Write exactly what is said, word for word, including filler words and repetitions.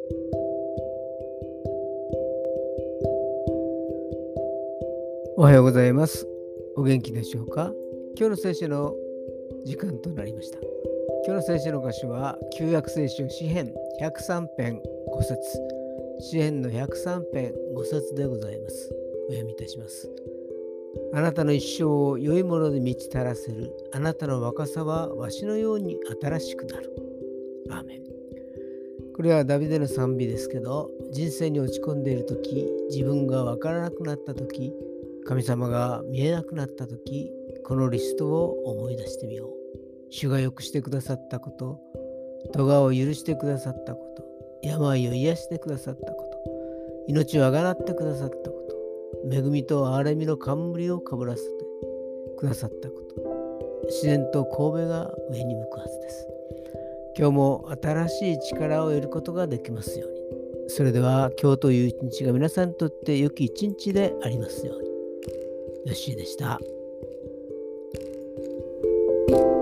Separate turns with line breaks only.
おはようございます。お元気でしょうか？今日の聖書の時間となりました。今日の聖書の箇所は旧約聖書詩編ひゃくさん編ご節、詩編のひゃくさん編ご節でございます。お読みいたします。あなたの一生を良いもので満ち足らせる。あなたの若さはわしのように新しくなる。アーメン。これはダビデの賛美ですけど、人生に落ち込んでいるとき、自分がわからなくなったとき、神様が見えなくなったとき、このリストを思い出してみよう。主が良くしてくださったこと、咎を許してくださったこと、病を癒してくださったこと、命をあがなってくださったこと、恵みと憐れみの冠をかぶらせてくださったこと、自然と神戸が上に向くはずです。今日も新しい力を得ることができますように。それでは今日という一日が皆さんにとって良き一日でありますように。よっしーでした。